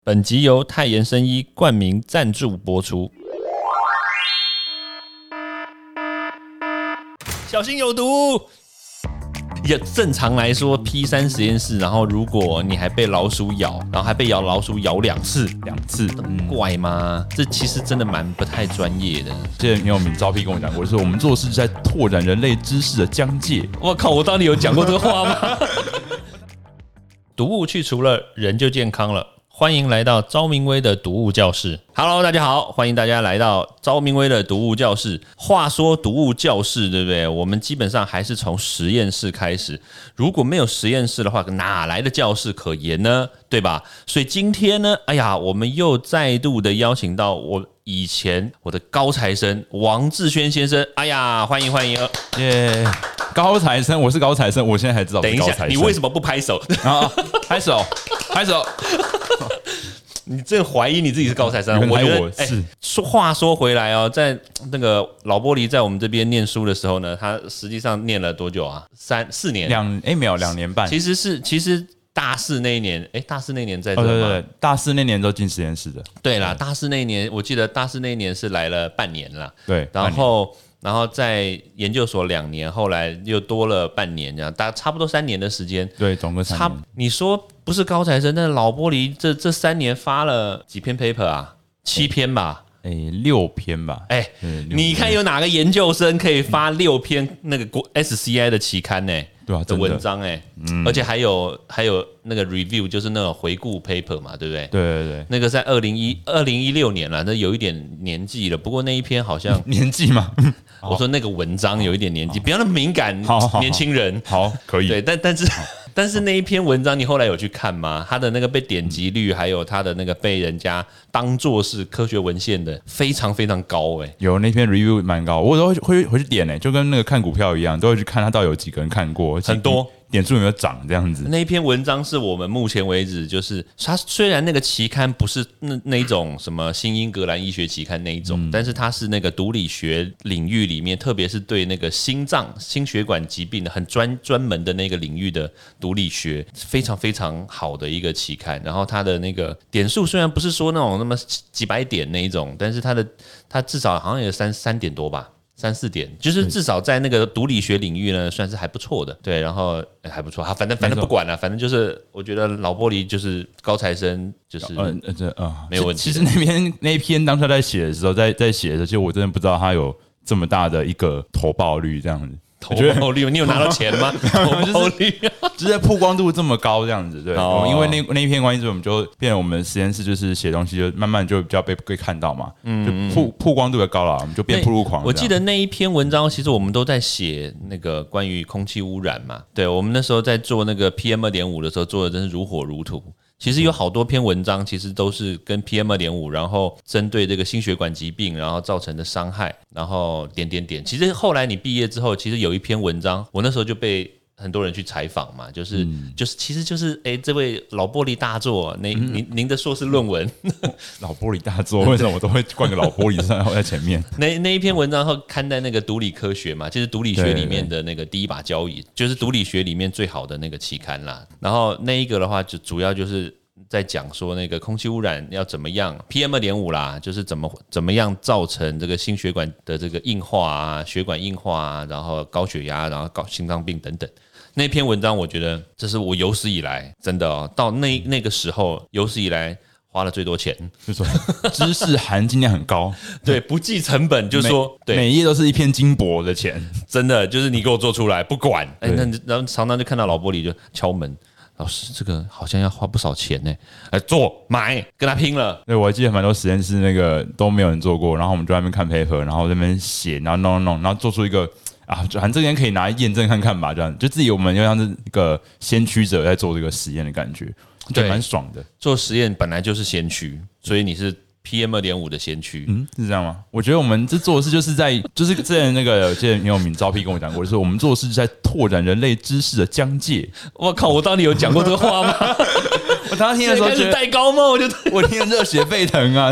本集由泰妍生医冠名赞助播出。小心有毒！正常来说 ，P3 实验室，然后如果你还被老鼠咬，然后还被老鼠咬两次，怪吗？这其实真的蛮不太专业的。 之前很有名招聘跟我讲过，就是我们做事在拓展人类知识的疆界。 我靠，我到底有讲过这个话吗？毒物去除了，人就健康了。欢迎来到昭明威的毒物教室。Hello， 大家好，欢迎大家来到昭明威的毒物教室。话说毒物教室，对不对？我们基本上还是从实验室开始。如果没有实验室的话，哪来的教室可言呢？对吧？所以今天呢，我们又再度的邀请到以前我的高材生王志轩先生。欢迎欢迎！ 耶，高材生，我是高材生，我现在才知道我是高材生。 等一下，你为什么不拍手？ 拍手，拍手！ 你真的怀疑你自己是高材生？ 我觉得是。 话说回来哦，在那个老玻璃在我们这边念书的时候呢，他实际上念了多久啊？4年 ？2年半。 其实大四那一年，大四那年在这吗？ 对，大四那年都进实验室的。对啦，大四那一年，我记得大四那一年是来了半年啦。 对， 然后在研究所2年，后来又多了半年，这样大概差不多3年的时间。 对，总共3年。 你说不是高材生，但是老玻璃这3年发了几篇 paper 啊？7篇吧 ？6篇吧。 你看有哪个研究生可以发6篇那个SCI 的期刊呢？ 对啊， 的文章而且还有那个 review， 就是那种回顾 paper 嘛，对不对？ 对， 那个在2016年了，那有一点年纪了。不过那一篇好像年纪嘛， 我说那个文章有一点年纪，不要那么敏感，年轻人。 好，可以。 对，但是那一篇文章你后来有去看吗？他的那个被点击率，还有他的那个被人家当作是科学文献的，非常非常高有那篇 review 蛮高，我都会回去点就跟那个看股票一样，都会去看他到底有几个人看过， 很多。 点数有没有涨这样子？ 那一篇文章是我们目前为止，就是它虽然那个期刊不是那一种什么新英格兰医学期刊那一种，但是它是那个毒理学领域里面，特别是对那个心血管疾病的很专门的那个领域的毒理学，非常非常好的一个期刊。然后它的那个点数虽然不是说那种那么几百点那一种，但是它至少好像有3点多吧。3-4点，就是至少在那个毒理学领域呢，算是还不错的。对，然后还不错。反正不管了，反正就是我觉得老玻璃就是高材生，就是没有问题。 其实那一篇当初在写的时候，在写的时候，其实我真的不知道它有这么大的一个投报率这样子。 投报率，你有拿到钱吗？投报率就是曝光度这么高这样子，对。因为那一篇关系，我们就变成我们实验室就是写东西，就慢慢就比较被看到嘛。就曝光度也高了，我们就变曝露狂。 我记得那一篇文章，其实我们都在写那个关于空气污染嘛。对，我们那时候在做那个 PM2.5 的时候，做的真是如火如荼。其实有好多篇文章，其实都是跟 PM2.5， 然后针对这个心血管疾病，然后造成的伤害，然后点。其实后来你毕业之后，其实有一篇文章，我那时候就被很多人去采访嘛，其实就是这位老玻璃大作，您的硕士论文， 老玻璃大作，为什么我都会冠个老玻璃在前面？ 那一篇文章后刊在那个毒理科学嘛，就是毒理学里面的那个第一把交椅，就是毒理学里面最好的那个期刊啦。然后那一个的话，就主要就是在讲说那个空气污染要怎么样 ，PM2.5 啦，就是怎么样造成这个心血管的这个硬化啊，血管硬化啊，然后高血压，然后心脏病等等。那篇文章我觉得这是我有史以来真的到那个时候有史以来花了最多钱， 就说知识含金量很高， 对，不计成本，就说对， 每一页都是一片金箔的钱， 真的就是你给我做出来不管，然后常常就看到老玻璃就敲门。老师，这个好像要花不少钱呢，买，跟他拼了。 对，我还记得蛮多实验室那个都没有人做过，然后我们就在那边看 paper， 然后在那边写，然后弄，然后做出一个反正这边可以拿来验证看看吧，这样就自己我们就像是一个先驱者在做这个实验的感觉，就蛮爽的。 做实验本来就是先驱，所以你是PM2.5 的先驱， 是这样吗？我觉得我们这做的事就是之前那个之前很有名招聘跟我讲过，就是我们做的事在拓展人类知识的疆界。 我靠，我到底有讲过这个话吗？ 我当时听的时候觉得戴高帽， 我听得热血沸腾啊！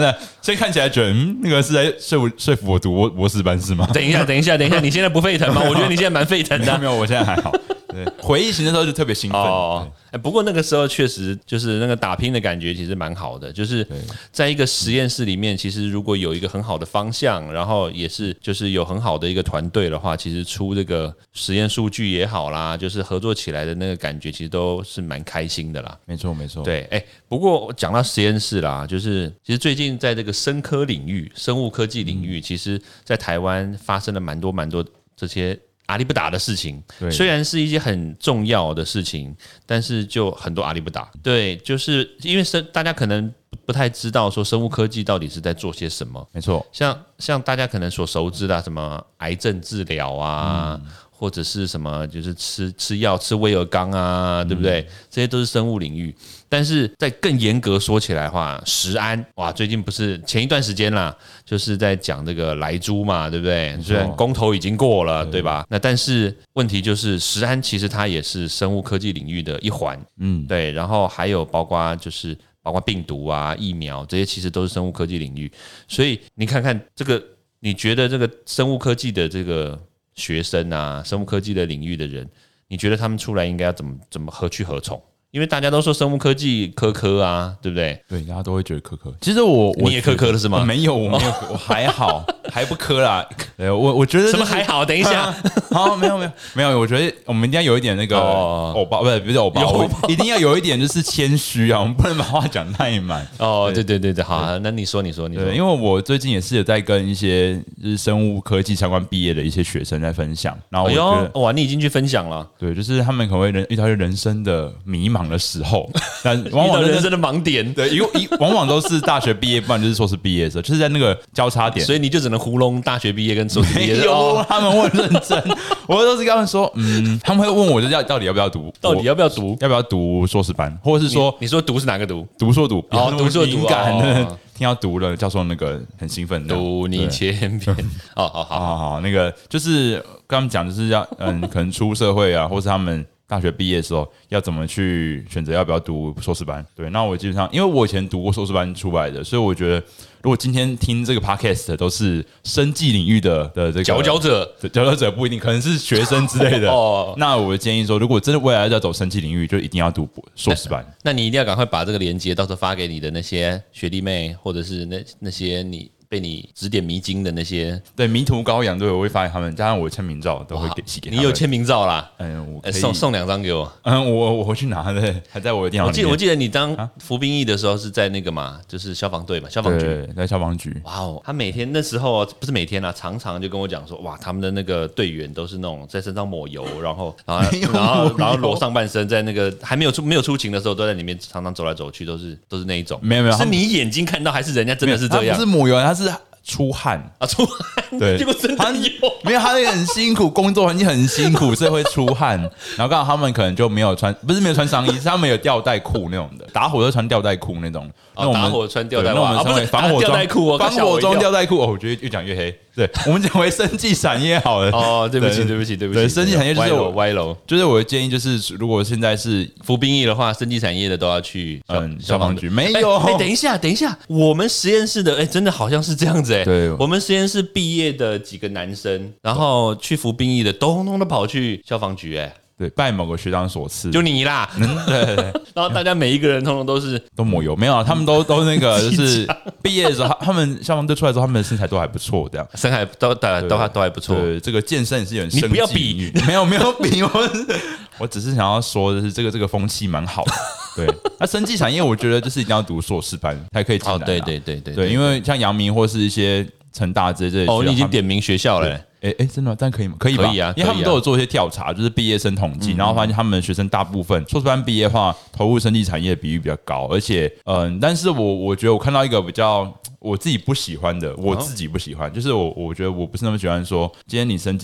所以看起来觉得那个是在说服我读博士班是吗？ 等一下，你现在不沸腾吗？我觉得你现在蛮沸腾的。 没有，我现在还好。对，回忆型的时候就特别兴奋。 不过那个时候确实就是那个打拼的感觉，其实蛮好的。就是在一个实验室里面，其实如果有一个很好的方向，然后也是就是有很好的一个团队的话，其实出这个实验数据也好啦，就是合作起来的那个感觉，其实都是蛮开心的啦。 没错，没错。 对，不过讲到实验室啦，就是其实最近在这个生科领域、生物科技领域，其实在台湾发生了蛮多这些阿里不达的事情，虽然是一些很重要的事情，但是就很多阿里不达。对，就是因为大家可能不太知道说生物科技到底是在做些什么。 没错， 像大家可能所熟知的什么癌症治疗啊。或者是什么，就是吃药吃威尔刚啊，对不对？这些都是生物领域。但是在更严格说起来的话，食安哇，最近不是前一段时间啦，就是在讲这个莱猪嘛，对不对？虽然公投已经过了，对吧？那但是问题就是食安其实它也是生物科技领域的一环，对。然后还有包括病毒啊、疫苗这些，其实都是生物科技领域。所以你看看这个，你觉得这个生物科技的这个学生啊，生物科技的领域的人，你觉得他们出来应该要怎么何去何从？因为大家都说生物科技科啊，对不对？ 对，大家都会觉得科。其实你也科了是吗？ 没有，我没有，我还好，还不科啦。我觉得什么还好？等一下， 好，没有，我觉得我们一定要有一点那个欧巴，不是欧巴，一定要有一点就是谦虚啊，我们不能把话讲太满。 对，好，那你说， 对，因为我最近也是有在跟一些就是生物科技相关毕业的一些学生在分享，然后我觉得哇，你已经去分享了， 对，就是他们可能会遇到人生的迷茫的时候，但往往人生的盲点， 对，往往都是大学毕业，不然就是硕士毕业的时候，就是在那个交叉点， 所以你就只能糊弄大学毕业跟硕士毕业。 有，他们问认真，我都是跟他们说，他们会问我，就到底要不要读， 要不要读硕士班，或者是说， 你说读是哪个读？ 读硕读， 读硕读感，听到读了，教授那个很兴奋， 读你千遍， 好，那个就是跟他们讲，就是要可能出社会啊，或是他们大学毕业的时候要怎么去选择要不要读硕士班。对，那我基本上因为我以前读过硕士班出来的，所以我觉得如果今天听这个 podcast 的都是生技领域的这个佼佼者不一定，可能是学生之类的那我建议说，如果真的未来要走生技领域，就一定要读硕士班。 那你一定要赶快把这个链接到时候发给你的那些学弟妹，或者是那些被你指点迷津的那些， 对，迷途羔羊，对，我会发给他们，加上我的签名照都会寄给他们。 你有签名照啦？ 我可以送2张给我。 我回去拿的，还在我的电脑里面。 我记得你当服兵役的时候是在那个嘛，就是消防队嘛，消防局。 对，在消防局。 哇哦，他每天那时候不是每天啦，常常就跟我讲说，哇，他们的那个队员都是那种在身上抹油，然后裸上半身，在那个还没有出勤的时候，都在里面常常走来走去，都是那一种。 没有， 是你眼睛看到，还是人家真的是这样？ 不是抹油，他是出汗啊，出汗， 对， 结果真的有， 没有，他那个很辛苦，工作环境很辛苦，所以会出汗。然后刚好他们可能就没有穿，不是没有穿上衣，是他们有吊带裤那种的，打火都穿吊带裤那种。 打火穿吊带袜， 不是防火吊带裤， 防火装吊带裤。我觉得越讲越黑。对，我们讲回生技产业好了。 对不起。对， 生技产业就是歪楼。 就是我的建议就是，如果现在是服兵役的话，生技产业的都要去消防局。没有， 等一下，我们实验室的真的好像是这样子对， 我们实验室毕业的几个男生，然后去服兵役的，通通都跑去消防局对，拜某个学长所赐， 就你啦。 对， 然后大家每一个人通通都抹油，没有啊？他们都那个，就是毕业的时候，他们消防队出来之后，他们的身材都还不错，这样身材都还不错。 对，这个健身也是有人生你不要比， 没有比，我只是想要说的是，这个风气蛮好的。对，那生技产业，我觉得就是一定要读硕士班才可以进来。 对， 因为像阳明或是一些成大这些你已经点名学校了。 真的吗？这样可以吗？可以吧？ 可以啊， 因为他们都有做一些调查，就是毕业生统计，然后发现他们学生大部分硕士班毕业的话，投入生技产业的比率比较高，而且但是我觉得我看到一个比较我自己不喜欢的，就是我觉得我不是那么喜欢说，今天你生技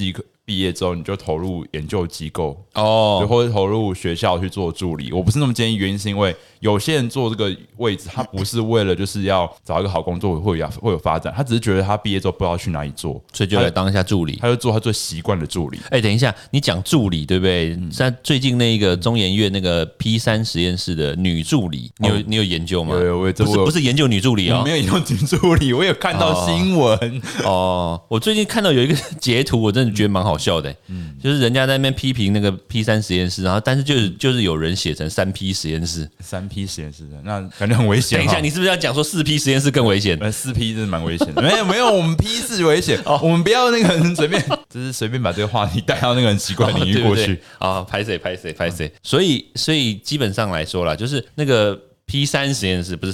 毕业之后你就投入研究机构哦， 或者投入学校去做助理。我不是那么建议，原因是因为有些人做这个位置，他不是为了就是要找一个好工作会有发展，他只是觉得他毕业之后不知道去哪里做， 所以就来当一下助理， 他就做他最习惯的助理。 等一下，你讲助理对不对？在最近那个中研院那个 P3实验室的女助理，你有研究吗？ 有， 不是研究女助理哦， 我没有研究女助理，我有看到新闻哦。我最近看到有一个截图，我真的觉得蛮好笑的，就是人家在那边批评那个 P3实验室，然后但是就是有人写成3P 实验室 ，3P 实验室的，那感觉很危险。 等一下，你是不是要讲说4P 实验室更危险 ？4P 真的蛮危险的。没有，我们 P 是危险，我们不要那个人随便，就是随便把这个话题带到那个很奇怪的领域过去啊。拍谁，所以基本上来说啦，就是那个 P3实验室不是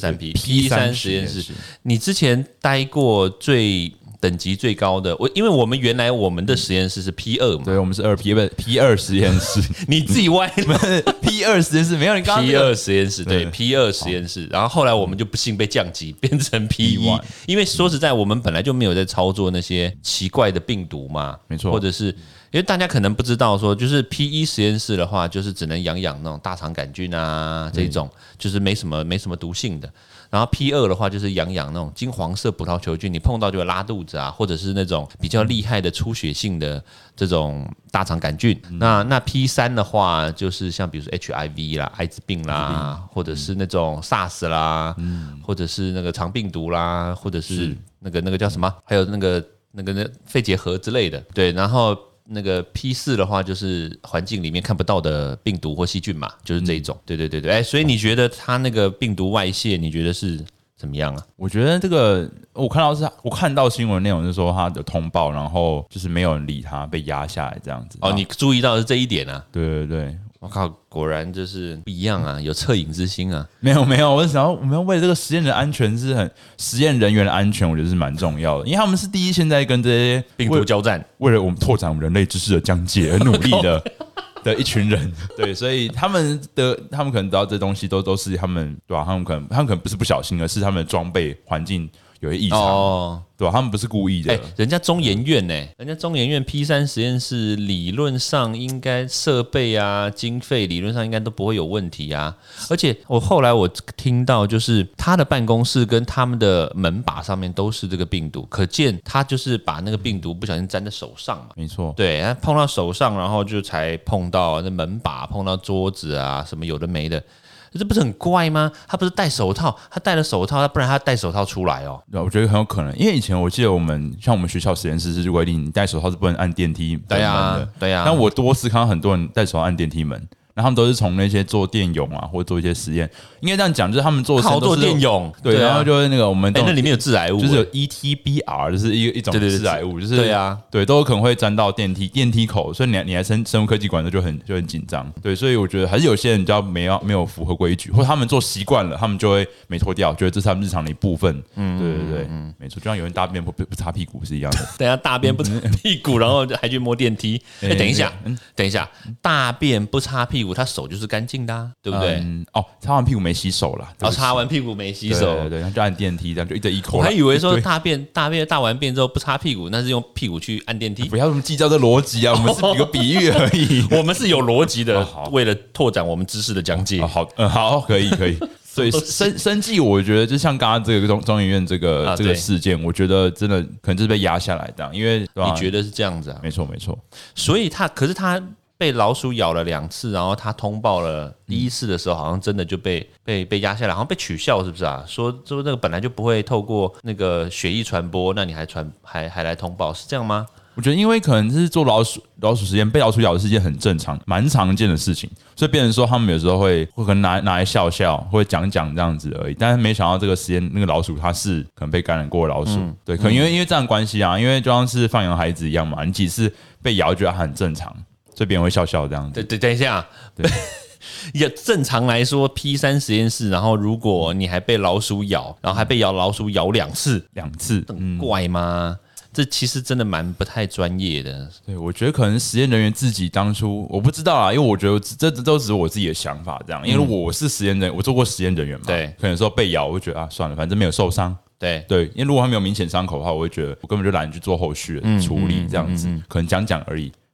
3P 实验室，你之前待过等级最高的，因为我们原来我们的实验室是 P2 嘛， 对，我们是P2 实验室， 你自己歪了 P2 实验室没有，你刚刚 P2 实验室对 P2 实验室，然后后来我们就不幸被降级变成 P1，因为说实在，我们本来就没有在操作那些奇怪的病毒嘛， 没错， 或者是因为大家可能不知道说，就是 P1 实验室的话，就是只能养那种大肠杆菌啊这种，就是没什么毒性的。然后 P2 的话就是养那种金黄色葡萄球菌，你碰到就会拉肚子啊，或者是那种比较厉害的出血性的这种大肠杆菌。那 P3 的话，就是像比如说 HIV 啦、艾滋病啦，或者是那种 SARS 啦，或者是那个肠病毒啦，或者是那个叫什么，还有那个肺结核之类的。对，然后那个 P4 的话，就是环境里面看不到的病毒或细菌嘛，就是这一种。对，所以你觉得它那个病毒外泄，你觉得是怎么样啊？ 我觉得这个我看到新闻内容是说他的通报，然后就是没有人理他，被压下来这样子。 哦，你注意到的是这一点啊？ 对。 我靠，果然就是不一样啊，有恻隐之心啊！ 没有，我想要我们要为这个实验的安全实验人员的安全，我觉得是蛮重要的，因为他们是第一线在跟这些病毒交战， 为了我们拓展我们人类知识的疆界而努力的一群人。对，所以他们可能得到这东西都是他们对吧？他们可能不是不小心，而是他们的装备环境有些异常，对吧？他们不是故意的。 人家中研院P3实验室理论上应该设备啊、经费理论上应该都不会有问题啊。而且后来我听到，就是他的办公室跟他们的门把上面都是这个病毒，可见他就是把那个病毒不小心沾在手上嘛。 没错， 对，他碰到手上，然后就才碰到那门把、碰到桌子啊，什么有的没的。这不是很怪吗？他不是戴手套，他戴了手套，不然他戴手套出来哦。 我觉得很有可能，因为以前我记得我们学校实验室是规定，你戴手套是不能按电梯门的。 对呀。 但我多次看到很多人戴手套按电梯门。然后他们都是从那些做电泳啊，或者做一些实验，应该这样讲，就是他们做做电泳， 对，然后就是那个我们那里面有致癌物， 就是有 ETBR， 就是一种致癌物，就是对啊， 对，都有可能会沾到电梯口，所以你来生物科技馆就很紧张，对，所以我觉得还是有些人比较没有符合规矩，或者他们做习惯了，他们就会没脱掉，觉得这是他们日常的一部分，对，没错，就像有人大便不擦屁股是一样的， 等一下大便不擦屁股，然后还去摸电梯，等一下，大便不擦屁股，他手就是干净的，对不对？ 擦完屁股没洗手啦， 擦完屁股没洗手， 对，然后就按电梯，这样就一口。 我还以为说大完便之后不擦屁股，那是用屁股去按电梯。 不要这么计较这逻辑啊，我们是举个比喻而已， 我们是有逻辑的，为了拓展我们知识的疆界。 好，可以。所以生计，我觉得就像刚刚这个中研院这个事件，我觉得真的可能就是被压下来的，因为你觉得是这样子啊？ 没错。 所以可是他被老鼠咬了2次，然后他通报了第1次的时候，好像真的就被压下来，好像被取笑，是不是啊？说那个本来就不会透过那个血液传播，那你还来通报，是这样吗？ 我觉得因为可能是做老鼠实验，被老鼠咬的是一件很正常、蛮常见的事情，所以变成说他们有时候会可能拿来笑，会讲这样子而已。但是没想到这个实验那个老鼠它是可能被感染过的老鼠，对，可能因为这样的关系啊，因为就像是放养孩子一样嘛，你几次被咬觉得很正常，所以别人会笑这样子。 对，等一下，对。也正常来说 ，P3实验室，然后如果你还被老鼠咬，然后还被老鼠咬2次，很怪吗？这其实真的蛮不太专业的。 对，我觉得可能实验人员自己当初我不知道啦，因为我觉得这都只是我自己的想法这样。因为我是实验人，我做过实验人员嘛， 对， 可能说被咬，我就觉得算了，反正没有受伤。 对， 因为如果他没有明显伤口的话，我会觉得我根本就懒得去做后续的处理，这样子可能讲而已。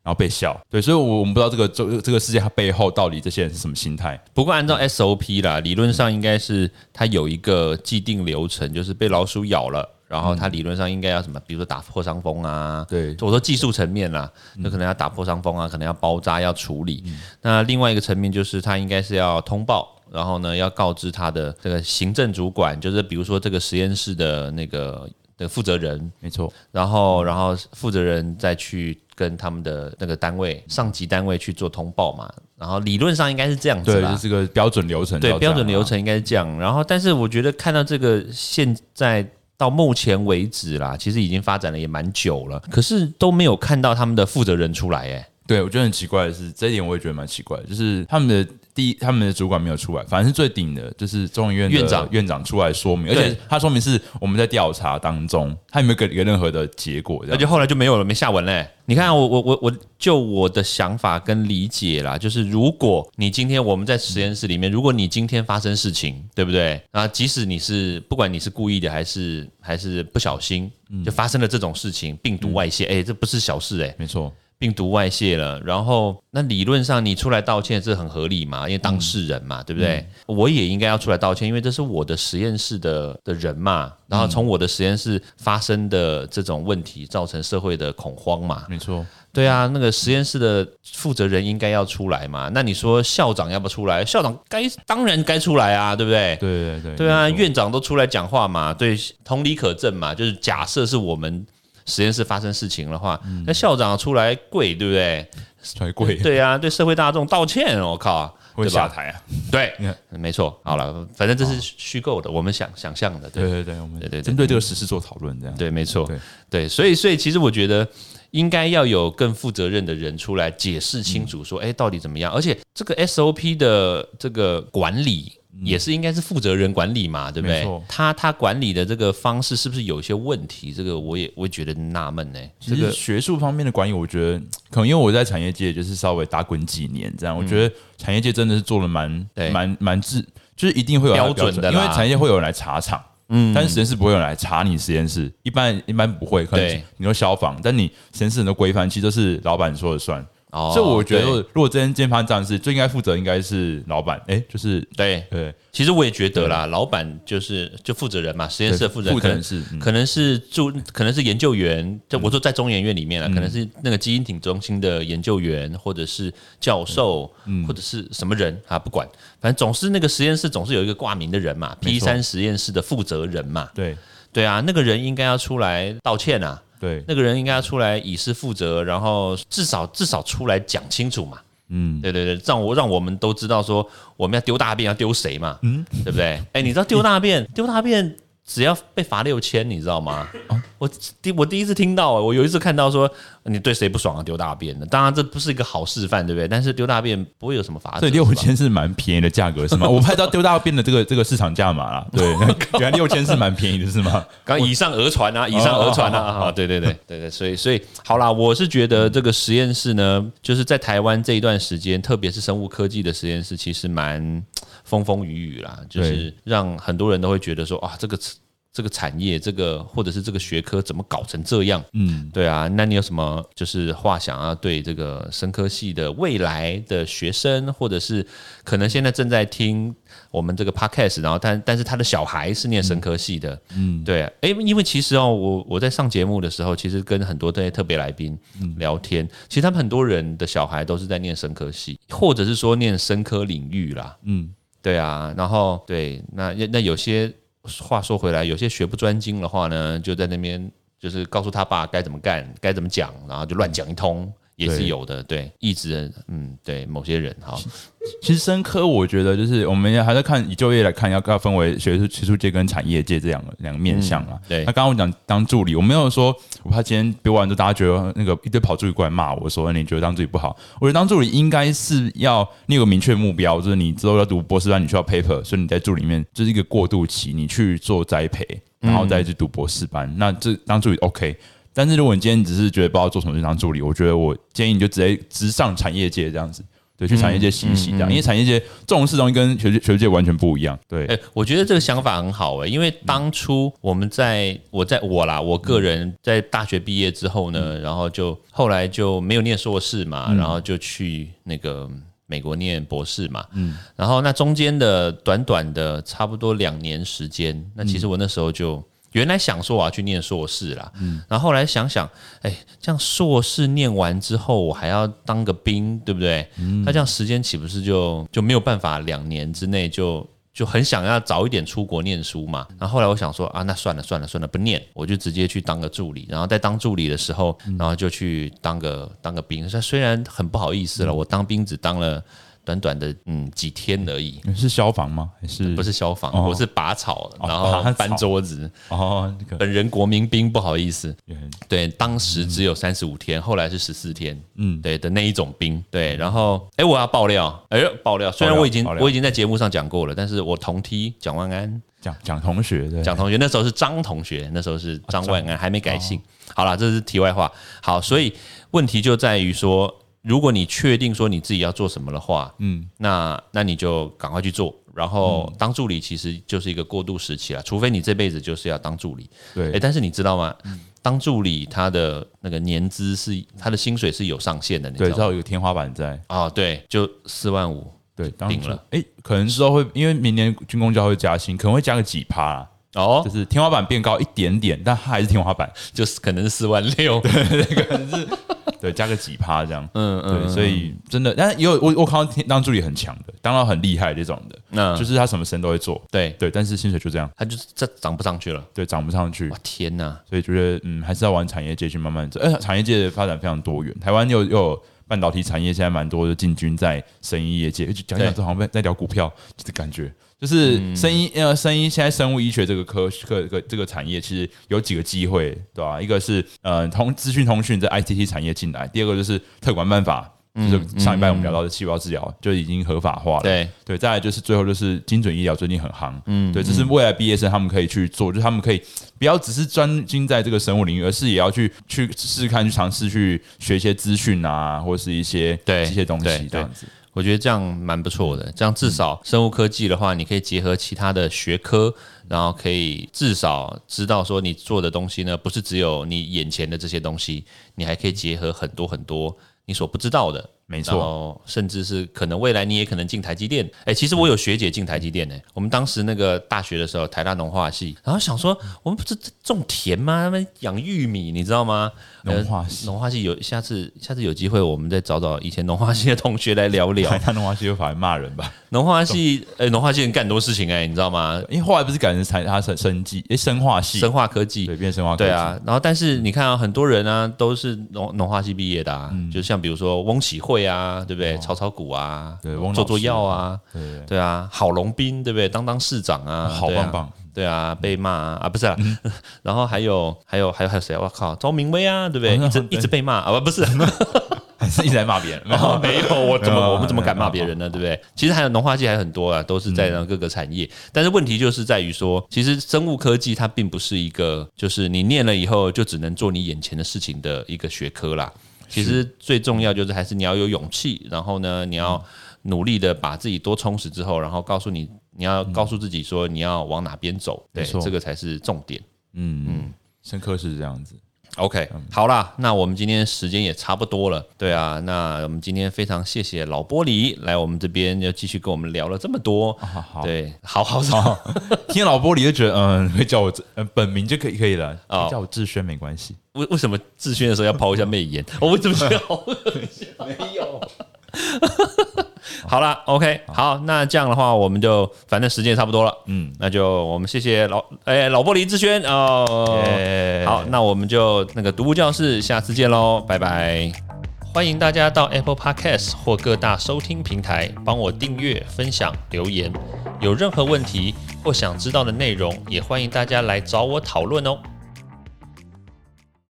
然后被笑。对，所以我们不知道这个事件它背后到底这些人是什么心态。 不过按照 SOP 啦，理论上应该是它有一个既定流程，就是被老鼠咬了。然后它理论上应该要什么，比如说打破伤风啊， 对， 我说技术层面啦，就可能要打破伤风啊，可能要包扎要处理。那另外一个层面就是它应该是要通报，然后呢要告知他的这个行政主管，就是比如说这个实验室的那个负责人， 没错。 然后负责人再去跟他们的那个单位上级单位去做通报嘛。然后理论上应该是这样子啦， 对，就是个标准流程。 对，标准流程应该是这样。然后，但是我觉得看到这个现在。到目前为止啦，其实已经发展了也蛮久了，可是都没有看到他们的负责人出来耶。 对，我觉得很奇怪的是，这一点我也觉得蛮奇怪的，就是他们的主管没有出来，反正是最顶的，就是中研院的院长出来说明，而且他说明是我们在调查当中，他有没有给任何的结果， 而且后来就没有了，没下文嘞。你看我就我的想法跟理解啦，就是如果你今天我们在实验室里面，如果你今天发生事情，对不对？啊，即使你是不管你是故意的还是不小心，就发生了这种事情，病毒外泄，这不是小事没错。 病毒外泄了，然后那理论上你出来道歉是很合理嘛，因为当事人嘛，对不对？我也应该要出来道歉，因为这是我的实验室的人嘛，然后从我的实验室发生的这种问题造成社会的恐慌嘛， 没错。 对啊，那个实验室的负责人应该要出来嘛？那你说校长要不要出来？校长当然该出来啊，对不对？对啊，院长都出来讲话嘛，对，同理可证嘛，就是假设是我们实验室发生事情的话，那校长出来跪，对不对？ 出来跪， 对啊，对社会大众道歉，我靠， 会下台啊？ 对，没错。好了，反正这是虚构的，我们想象的。 对，我们针对这个时事做讨论，这样对，没错。对，所以其实我觉得应该要有更负责任的人出来解释清楚，说，到底怎么样？而且这个 SOP 的这个管理。也是应该是负责人管理嘛，对不对？他管理的这个方式是不是有一些问题？这个我也觉得纳闷呢。 这个学术方面的管理，我觉得可能因为我在产业界就是稍微打滚几年，这样我觉得产业界真的是做了蛮就是一定会有标准的， 因为产业会有人来查厂。但是实验室不会有人来查你实验室，一般不会。可能你说消防，但你实验室很多规范其实都是老板说了算。所以我觉得，如果今天发生这样的事，最应该负责应该是老板。就是对。其实我也觉得啦，老板就负责人嘛，实验室的负责人可能是研究员。就我说在中研院里面啊，可能是那个基因体中心的研究员，或者是教授，或者是什么人啊，不管，反正总是那个实验室总是有一个挂名的人嘛 ，P3 实验室的负责人嘛。对啊，那个人应该要出来道歉啊。 对， 那个人应该要出来以示负责，然后至少出来讲清楚嘛。对，让我们都知道说我们要丢大便要丢谁嘛。对不对？你知道丢大便只要被罚6000，你知道吗？我第一次听到，我有一次看到说你对谁不爽啊丢大便的，当然这不是一个好示范，对不对？但是丢大便不会有什么罚则， 所以6000是蛮便宜的价格是吗？我拍到丢大便的这个市场价码啦，对，原来6000是蛮便宜的是吗？ 刚以上讹传啊，对，所以好啦，我是觉得这个实验室呢，就是在台湾这一段时间，特别是生物科技的实验室，其实蛮风风雨雨啦，就是让很多人都会觉得说啊，这个产业，或者是这个学科怎么搞成这样？对啊，那你有什么就是话想要对这个生科系的未来的学生，或者是可能现在正在听我们这个 podcast， 然后但是他的小孩是念生科系的，对啊，因为其实我在上节目的时候，其实跟很多这些特别来宾聊天，其实他们很多人的小孩都是在念生科系，或者是说念生科领域啦，对啊，然后对，那有些。话说回来，有些学不专精的话呢，就在那边就是告诉他爸该怎么干，该怎么讲，然后就乱讲一通，也是有的。对，一直对某些人好。 其实生科我觉得就是我们还在看以就业来看，要分为学术界跟产业界这两个面向啊。 对， 那刚刚我讲当助理，我没有说我怕今天编完之后大家觉得那个一堆跑助理过来骂我说你觉得当助理不好。我觉得当助理应该是要你有个明确目标，就是你之后要读博士班，你需要 paper， 所以你在助理里面就是一个过渡期，你去做栽培，然后再去读博士班。那这当助理 OK。但是如果你今天只是觉得不知道做什么就当助理，我觉得我建议你就直接直上产业界这样子。 对，去产业界洗一洗这样，因为产业界重视东西跟学界完全不一样。对， 我觉得这个想法很好因为当初我个人在大学毕业之后呢，然后后来就没有念硕士嘛，然后就去那个美国念博士嘛，然后那中间的短短的差不多2年时间，那其实我那时候就原来想说我要去念硕士啦，然后后来想想，这样硕士念完之后，我还要当个兵，对不对？那这样时间岂不是就没有办法2年之内就很想要早一点出国念书嘛？然后后来我想说那算了，不念，我就直接去当个助理。然后在当助理的时候，然后就去当个兵。虽然很不好意思了，我当兵只当了短短的几天而已。 是消防吗？还是不是消防？我是拔草，然后搬桌子。本人国民兵，不好意思。对，当时只有35天，后来是14天。对的那一种兵。对，然后我要爆料，虽然我已经在节目上讲过了，但是我同梯蒋万安。 蒋同学，对， 蒋同学那时候是张同学，那时候是张万安，还没改姓。好啦，这是题外话。好，所以问题就在于说，如果你确定说你自己要做什么的话，那你就赶快去做。然后当助理其实就是一个过渡时期啦，除非你这辈子就是要当助理。 对， 但是你知道吗？当助理他的那个年资他的薪水是有上限的，你知道吗？ 对，知道有天花板在。 对，就4万5。 对， 顶了。 可能之后会因为明年军公教会加薪，可能会加个几%啦。就是天花板变高一点点，但它还是天花板， 就是可能是4万6。 对，可能是对加个几%这样。对，所以真的，但也有我看到当助理很强的，当到很厉害这种的，就是他什么事都会做。对，但是薪水就这样， 他就是这涨不上去了。 对，涨不上去。 哇，天哪！ 所以觉得还是要往产业界去慢慢走。产业界的发展非常多元，台湾又有半导体产业现在蛮多的进军在生医业界，讲这好像在聊股票的感觉。就是生医现在生物医学这个产业其实有几个机会，对吧？一个是资讯通讯在 ICT 产业进来，第二个就是特管办法。就是上一拜我们聊到的细胞治疗就已经合法化了，对，再来就是最后就是精准医疗最近很夯，对，这是未来毕业生他们可以去做，就是他们可以不要只是专精在这个生物领域，而是也要去试试看，去尝试去学一些资讯啊，或是一些这些东西这样子。 我觉得这样蛮不错的，这样至少生物科技的话，你可以结合其他的学科，然后可以至少知道说你做的东西呢，不是只有你眼前的这些东西，你还可以结合很多很多你所不知道的。 没错， 然后甚至是可能未来你也可能进台积电。其实我有学姐进台积电我们当时那个大学的时候，台大农化系，然后想说我们不是种田吗？他们养玉米，你知道吗？农化系有下次有机会，我们再找找以前农化系的同学来聊聊。 台大农化系就反而骂人吧？ 农化系人干很多事情你知道吗？ 因为后来不是改成他生化系、 生化科技， 对，变生化科技。 对啊，然后但是你看很多人都是农化系毕业的就像比如说翁启慧啊，对不对？炒股啊， 对， 做药啊，对啊，郝龙斌对不对？当市长啊， 好棒棒。 对啊，被骂啊，不是啊，然后还有谁？我靠，赵明威啊，对不对？一直被骂啊，不是， 还是一直在骂别人。 没有，我们怎么敢骂别人呢？对不对？其实还有农化系还有很多都是在各个产业。但是问题就是在于说，其实生物科技它并不是一个，就是你念了以后就只能做你眼前的事情的一个学科啦。其实最重要就是还是你要有勇气，然后呢，你要努力的把自己多充实之后，然后你要告诉自己说你要往哪边走，对，这个才是重点。 深刻是这样子。 OK， 好啦，那我们今天时间也差不多了，对啊，那我们今天非常谢谢老玻璃来我们这边，要继续跟我们聊了这么多，对，好， 听老玻璃就觉得，会叫我本名就可以了，叫我志轩没关系。 为什么志轩的时候要抛一下媚眼？我怎么觉得好恶心？没有。好啦 OK， 好，那这样的话，我们就反正时间也差不多了，那就我们谢谢老玻璃志轩好，那我们就那个读物教室，下次见喽，拜拜。欢迎大家到 Apple Podcast 或各大收听平台帮我订阅、分享、留言。有任何问题或想知道的内容，也欢迎大家来找我讨论哦。